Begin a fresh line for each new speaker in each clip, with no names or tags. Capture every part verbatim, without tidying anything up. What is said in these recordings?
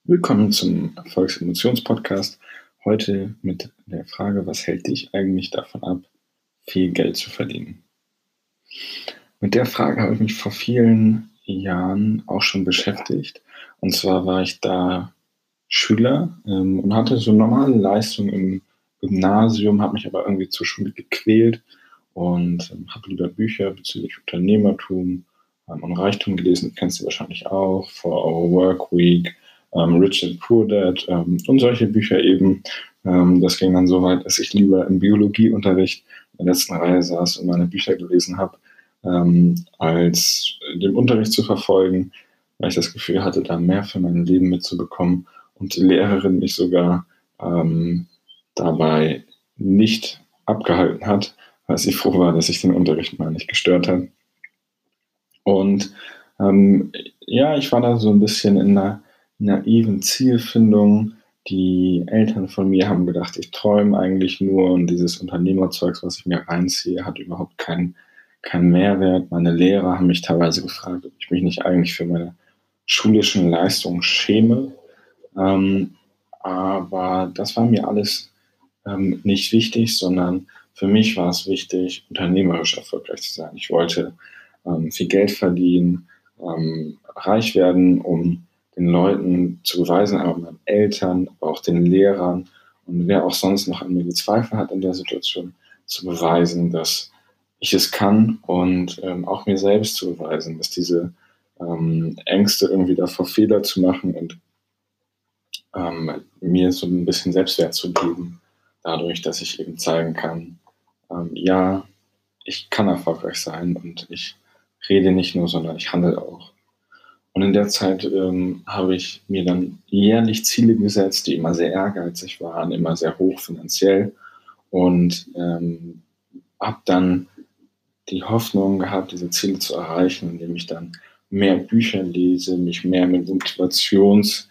Willkommen zum Erfolgsemotions-Podcast. Heute mit der Frage, was hält dich eigentlich davon ab, viel Geld zu verdienen? Mit der Frage habe ich mich vor vielen Jahren auch schon beschäftigt. Und zwar war ich da Schüler ähm, und hatte so normale Leistungen im Gymnasium, habe mich aber irgendwie zur Schule gequält und ähm, habe lieber Bücher bezüglich Unternehmertum ähm, und Reichtum gelesen. Kennst du wahrscheinlich auch, For Our Work Week, ähm, Rich and Poor Dad ähm, und solche Bücher eben. Ähm, das ging dann so weit, dass ich lieber im Biologieunterricht in der letzten Reihe saß und meine Bücher gelesen habe, ähm, als dem Unterricht zu verfolgen, weil ich das Gefühl hatte, da mehr für mein Leben mitzubekommen und die Lehrerin mich sogar ähm, dabei nicht abgehalten hat, weil sie froh war, dass ich den Unterricht mal nicht gestört habe. Und ähm, ja, ich war da so ein bisschen in einer naiven Zielfindung. Die Eltern von mir haben gedacht, ich träume eigentlich nur und dieses Unternehmerzeugs, was ich mir reinziehe, hat überhaupt keinen keinen Mehrwert. Meine Lehrer haben mich teilweise gefragt, ob ich mich nicht eigentlich für meine schulischen Leistungen schäme. Ähm, aber das war mir alles ähm, nicht wichtig, sondern für mich war es wichtig, unternehmerisch erfolgreich zu sein. Ich wollte ähm, viel Geld verdienen, ähm, reich werden, um den Leuten zu beweisen, aber meinen Eltern, aber auch den Lehrern und wer auch sonst noch an mir gezweifelt hat in der Situation, zu beweisen, dass ich es kann und ähm, auch mir selbst zu beweisen, dass diese ähm, Ängste irgendwie davor, Fehler zu machen und ähm, mir so ein bisschen Selbstwert zu geben, dadurch, dass ich eben zeigen kann, ähm, ja, ich kann erfolgreich sein und ich rede nicht nur, sondern ich handle auch. Und in der Zeit ähm, habe ich mir dann jährlich Ziele gesetzt, die immer sehr ehrgeizig waren, immer sehr hoch finanziell und ähm, habe dann die Hoffnung gehabt, diese Ziele zu erreichen, indem ich dann mehr Bücher lese, mich mehr mit Motivationsreden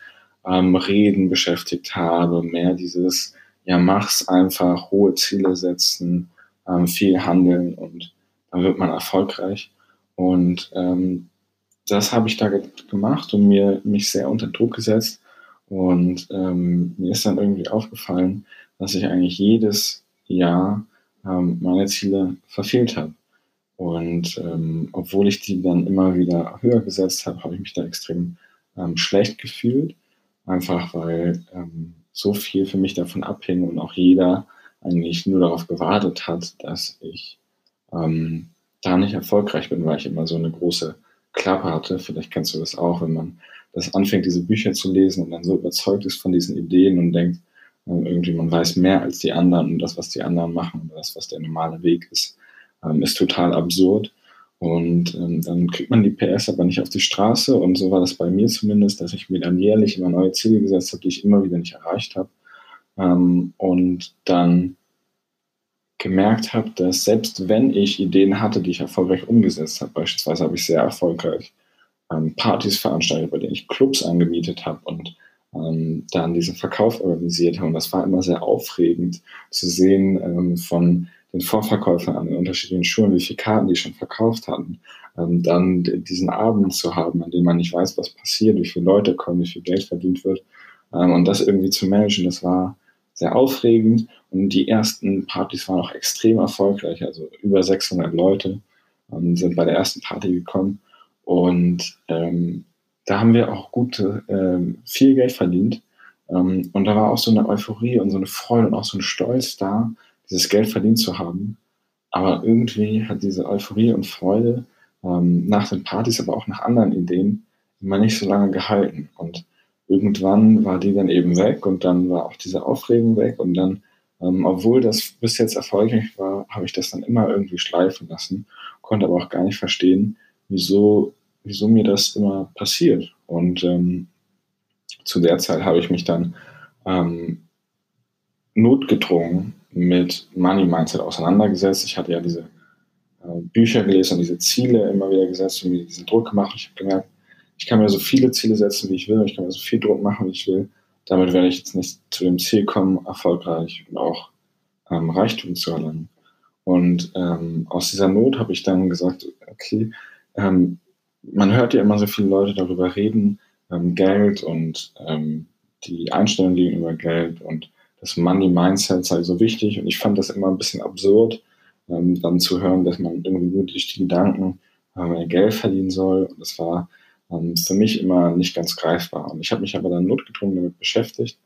ähm, beschäftigt habe, mehr dieses, ja, mach's einfach, hohe Ziele setzen, ähm, viel handeln und dann wird man erfolgreich. Und ähm, das habe ich da ge gemacht und mir mich sehr unter Druck gesetzt. Und ähm, mir ist dann irgendwie aufgefallen, dass ich eigentlich jedes Jahr ähm, meine Ziele verfehlt habe. Und ähm, obwohl ich die dann immer wieder höher gesetzt habe, habe ich mich da extrem ähm, schlecht gefühlt. Einfach weil ähm, so viel für mich davon abhing und auch jeder eigentlich nur darauf gewartet hat, dass ich ähm, da nicht erfolgreich bin, weil ich immer so eine große Klappe hatte. Vielleicht kennst du das auch, wenn man das anfängt, diese Bücher zu lesen und dann so überzeugt ist von diesen Ideen und denkt, ähm, irgendwie man weiß mehr als die anderen und das, was die anderen machen und das, was der normale Weg ist, ähm, ist total absurd. Und ähm, dann kriegt man die P S aber nicht auf die Straße. Und so war das bei mir zumindest, dass ich mir dann jährlich immer neue Ziele gesetzt habe, die ich immer wieder nicht erreicht habe. Ähm, und dann gemerkt habe, dass selbst wenn ich Ideen hatte, die ich erfolgreich umgesetzt habe, beispielsweise habe ich sehr erfolgreich ähm, Partys veranstaltet, bei denen ich Clubs angemietet habe und ähm, dann diesen Verkauf organisiert habe. Und das war immer sehr aufregend zu sehen ähm, von den Vorverkäufern an den unterschiedlichen Schulen, wie viele Karten die schon verkauft hatten. Ähm, dann d- diesen Abend zu haben, an dem man nicht weiß, was passiert, wie viele Leute kommen, wie viel Geld verdient wird. Ähm, und das irgendwie zu managen, das war sehr aufregend. Und die ersten Partys waren auch extrem erfolgreich. Also über sechshundert Leute ähm, sind bei der ersten Party gekommen. Und ähm, da haben wir auch gute, ähm, viel Geld verdient. Ähm, und da war auch so eine Euphorie und so eine Freude und auch so ein Stolz da, dieses Geld verdient zu haben. Aber irgendwie hat diese Euphorie und Freude ähm, nach den Partys, aber auch nach anderen Ideen immer nicht so lange gehalten. Und irgendwann war die dann eben weg und dann war auch diese Aufregung weg. Und dann, ähm, obwohl das bis jetzt erfolgreich war, habe ich das dann immer irgendwie schleifen lassen, konnte aber auch gar nicht verstehen, wieso, wieso mir das immer passiert. Und ähm, zu der Zeit habe ich mich dann ähm, notgedrungen mit Money Mindset auseinandergesetzt. Ich hatte ja diese äh, Bücher gelesen und diese Ziele immer wieder gesetzt und mir diesen Druck gemacht. Ich habe gemerkt, ich kann mir so viele Ziele setzen, wie ich will. Ich kann mir so viel Druck machen, wie ich will. Damit werde ich jetzt nicht zu dem Ziel kommen, erfolgreich und auch ähm, Reichtum zu erlangen. Und ähm, aus dieser Not habe ich dann gesagt, okay, ähm, man hört ja immer so viele Leute darüber reden, ähm, Geld und ähm, die Einstellung gegenüber Geld und das Money-Mindset sei so wichtig. Und ich fand das immer ein bisschen absurd, ähm, dann zu hören, dass man irgendwie nur durch die Gedanken äh, Geld verdienen soll. Und das war ähm, für mich immer nicht ganz greifbar. Und ich habe mich aber dann notgedrungen damit beschäftigt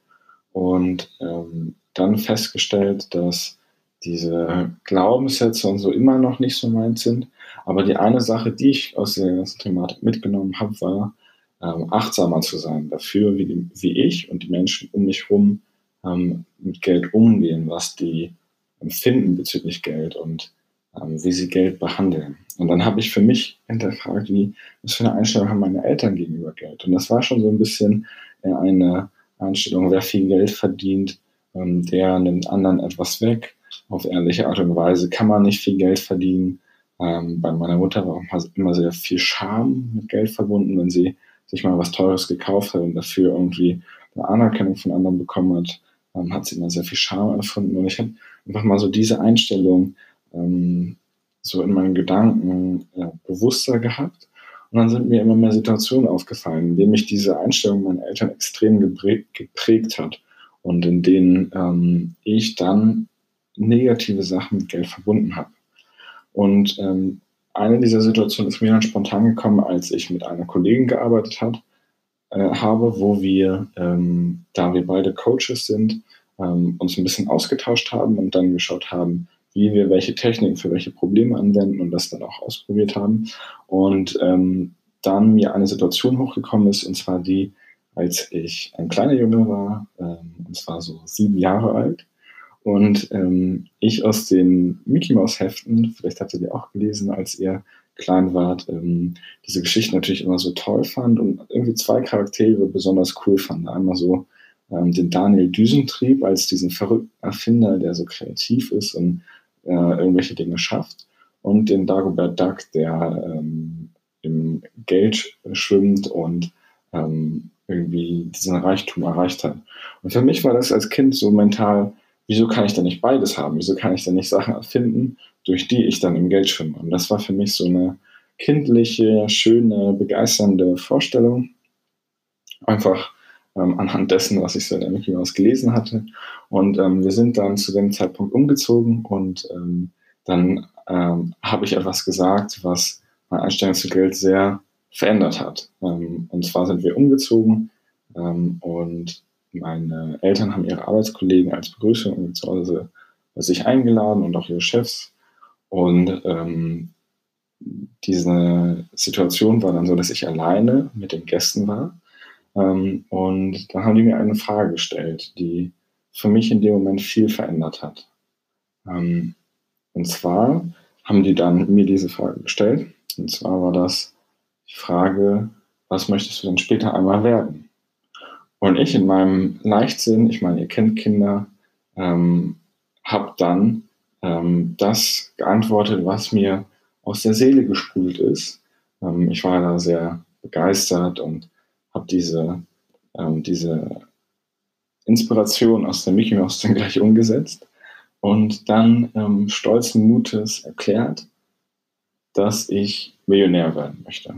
und ähm, dann festgestellt, dass diese Glaubenssätze und so immer noch nicht so meins sind. Aber die eine Sache, die ich aus der ganzen Thematik mitgenommen habe, war, ähm, achtsamer zu sein dafür, wie, die, wie ich und die Menschen um mich herum ähm, mit Geld umgehen, was die empfinden bezüglich Geld und ähm, wie sie Geld behandeln. Und dann habe ich für mich hinterfragt, wie, was für eine Einstellung haben meine Eltern gegenüber Geld. Und das war schon so ein bisschen äh, eine Einstellung, wer viel Geld verdient, ähm, der nimmt anderen etwas weg. Auf ehrliche Art und Weise kann man nicht viel Geld verdienen. Ähm, bei meiner Mutter war auch immer sehr viel Scham mit Geld verbunden, wenn sie sich mal was Teures gekauft hat und dafür irgendwie eine Anerkennung von anderen bekommen hat, ähm, hat sie immer sehr viel Scham empfunden. Und ich habe einfach mal so diese Einstellung ähm, so in meinen Gedanken äh, bewusster gehabt. Und dann sind mir immer mehr Situationen aufgefallen, in denen mich diese Einstellung meiner Eltern extrem geprägt, geprägt hat und in denen ähm, ich dann negative Sachen mit Geld verbunden habe. Und ähm, eine dieser Situationen ist mir dann spontan gekommen, als ich mit einer Kollegin gearbeitet hat, äh, habe, wo wir, ähm, da wir beide Coaches sind, ähm, uns ein bisschen ausgetauscht haben und dann geschaut haben, wie wir welche Techniken für welche Probleme anwenden und das dann auch ausprobiert haben. Und ähm, dann mir eine Situation hochgekommen ist, und zwar die, als ich ein kleiner Junge war, ähm, und zwar so sieben Jahre alt. Und ähm, ich aus den Mickey Mouse Heften, vielleicht habt ihr die auch gelesen, als ihr klein wart, ähm, diese Geschichte natürlich immer so toll fand und irgendwie zwei Charaktere besonders cool fand. Einmal so ähm, den Daniel Düsentrieb als diesen verrückten Erfinder, der so kreativ ist und äh, irgendwelche Dinge schafft. Und den Dagobert Duck, der ähm, im Geld schwimmt und ähm, irgendwie diesen Reichtum erreicht hat. Und für mich war das als Kind so mental, wieso kann ich denn nicht beides haben? Wieso kann ich denn nicht Sachen erfinden, durch die ich dann im Geld schwimme? Und das war für mich so eine kindliche, schöne, begeisternde Vorstellung. Einfach ähm, anhand dessen, was ich so in der Mickey Mouse gelesen hatte. Und ähm, wir sind dann zu dem Zeitpunkt umgezogen und ähm, dann ähm, habe ich etwas gesagt, was meine Einstellung zu Geld sehr verändert hat. Ähm, und zwar sind wir umgezogen ähm, und meine Eltern haben ihre Arbeitskollegen als Begrüßung zu Hause bei sich eingeladen und auch ihre Chefs. Und ähm, diese Situation war dann so, dass ich alleine mit den Gästen war. Ähm, und da haben die mir eine Frage gestellt, die für mich in dem Moment viel verändert hat. Ähm, und zwar haben die dann mir diese Frage gestellt. Und zwar war das die Frage, was möchtest du denn später einmal werden? Und ich in meinem Leichtsinn, ich meine, ihr kennt Kinder, ähm, habe dann ähm, das geantwortet, was mir aus der Seele gesprudelt ist. Ähm, ich war da sehr begeistert und habe diese, ähm, diese Inspiration aus der Mickey Mouse dann gleich umgesetzt und dann ähm, stolzen Mutes erklärt, dass ich Millionär werden möchte.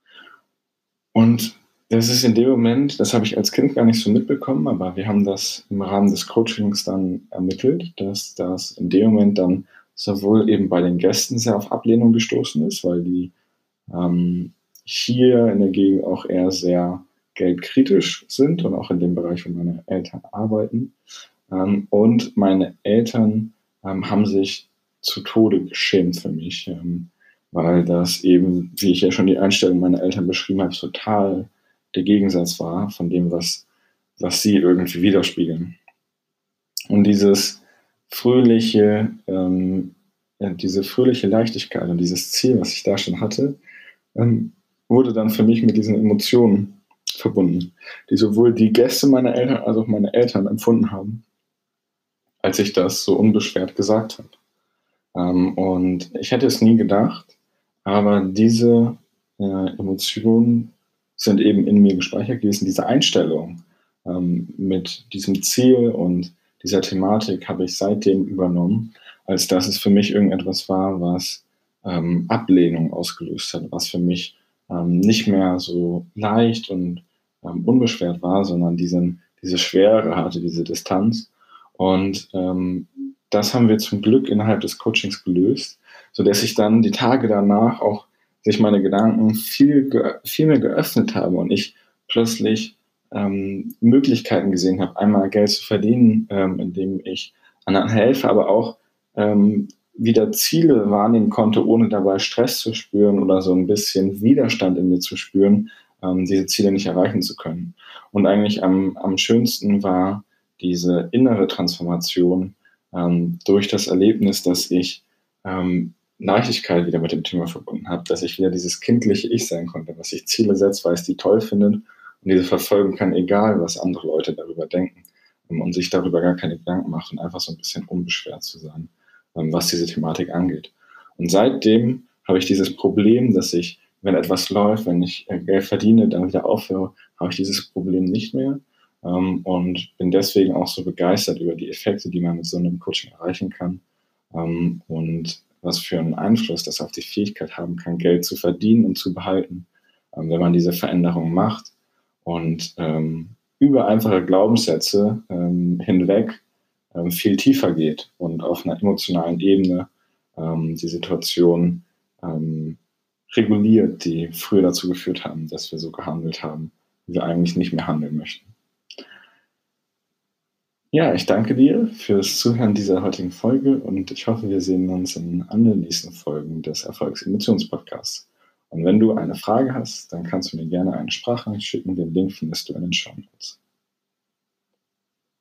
Und das ist in dem Moment, das habe ich als Kind gar nicht so mitbekommen, aber wir haben das im Rahmen des Coachings dann ermittelt, dass das in dem Moment dann sowohl eben bei den Gästen sehr auf Ablehnung gestoßen ist, weil die ähm, hier in der Gegend auch eher sehr geldkritisch sind und auch in dem Bereich, wo meine Eltern arbeiten. Ähm, und meine Eltern ähm, haben sich zu Tode geschämt für mich, ähm, weil das eben, wie ich ja schon die Einstellung meiner Eltern beschrieben habe, total der Gegensatz war von dem, was, was sie irgendwie widerspiegeln. Und dieses fröhliche, ähm, ja, diese fröhliche Leichtigkeit und dieses Ziel, was ich da schon hatte, ähm, wurde dann für mich mit diesen Emotionen verbunden, die sowohl die Gäste meiner Eltern als auch meine Eltern empfunden haben, als ich das so unbeschwert gesagt habe. Ähm, und ich hätte es nie gedacht, aber diese äh, Emotionen sind eben in mir gespeichert gewesen. Diese Einstellung ähm, mit diesem Ziel und dieser Thematik habe ich seitdem übernommen, als dass es für mich irgendetwas war, was ähm, Ablehnung ausgelöst hat, was für mich ähm, nicht mehr so leicht und ähm, unbeschwert war, sondern diesen, diese Schwere hatte, diese Distanz. Und ähm, das haben wir zum Glück innerhalb des Coachings gelöst, sodass ich dann die Tage danach auch sich meine Gedanken viel, viel mehr geöffnet habe und ich plötzlich ähm, Möglichkeiten gesehen habe, einmal Geld zu verdienen, ähm, indem ich anderen helfe, aber auch ähm, wieder Ziele wahrnehmen konnte, ohne dabei Stress zu spüren oder so ein bisschen Widerstand in mir zu spüren, ähm, diese Ziele nicht erreichen zu können. Und eigentlich am, am schönsten war diese innere Transformation ähm, durch das Erlebnis, dass ich ähm, Leichtigkeit wieder mit dem Thema verbunden habe, dass ich wieder dieses kindliche Ich sein konnte, was sich Ziele setzt, weil es die toll findet und diese verfolgen kann, egal was andere Leute darüber denken ähm, und sich darüber gar keine Gedanken macht und einfach so ein bisschen unbeschwert zu sein, ähm, was diese Thematik angeht. Und seitdem habe ich dieses Problem, dass ich, wenn etwas läuft, wenn ich äh, Geld verdiene, dann wieder aufhöre, habe ich dieses Problem nicht mehr ähm, und bin deswegen auch so begeistert über die Effekte, die man mit so einem Coaching erreichen kann ähm, und was für einen Einfluss das auf die Fähigkeit haben kann, Geld zu verdienen und zu behalten, ähm, wenn man diese Veränderung macht und ähm, über einfache Glaubenssätze ähm, hinweg ähm, viel tiefer geht und auf einer emotionalen Ebene ähm, die Situation ähm, reguliert, die früher dazu geführt haben, dass wir so gehandelt haben, wie wir eigentlich nicht mehr handeln möchten. Ja, ich danke dir fürs Zuhören dieser heutigen Folge und ich hoffe, wir sehen uns in anderen nächsten Folgen des Erfolgs-Emotions-Podcasts. Und wenn du eine Frage hast, dann kannst du mir gerne eine Sprachnachricht schicken. Den Link findest du in den Show Notes.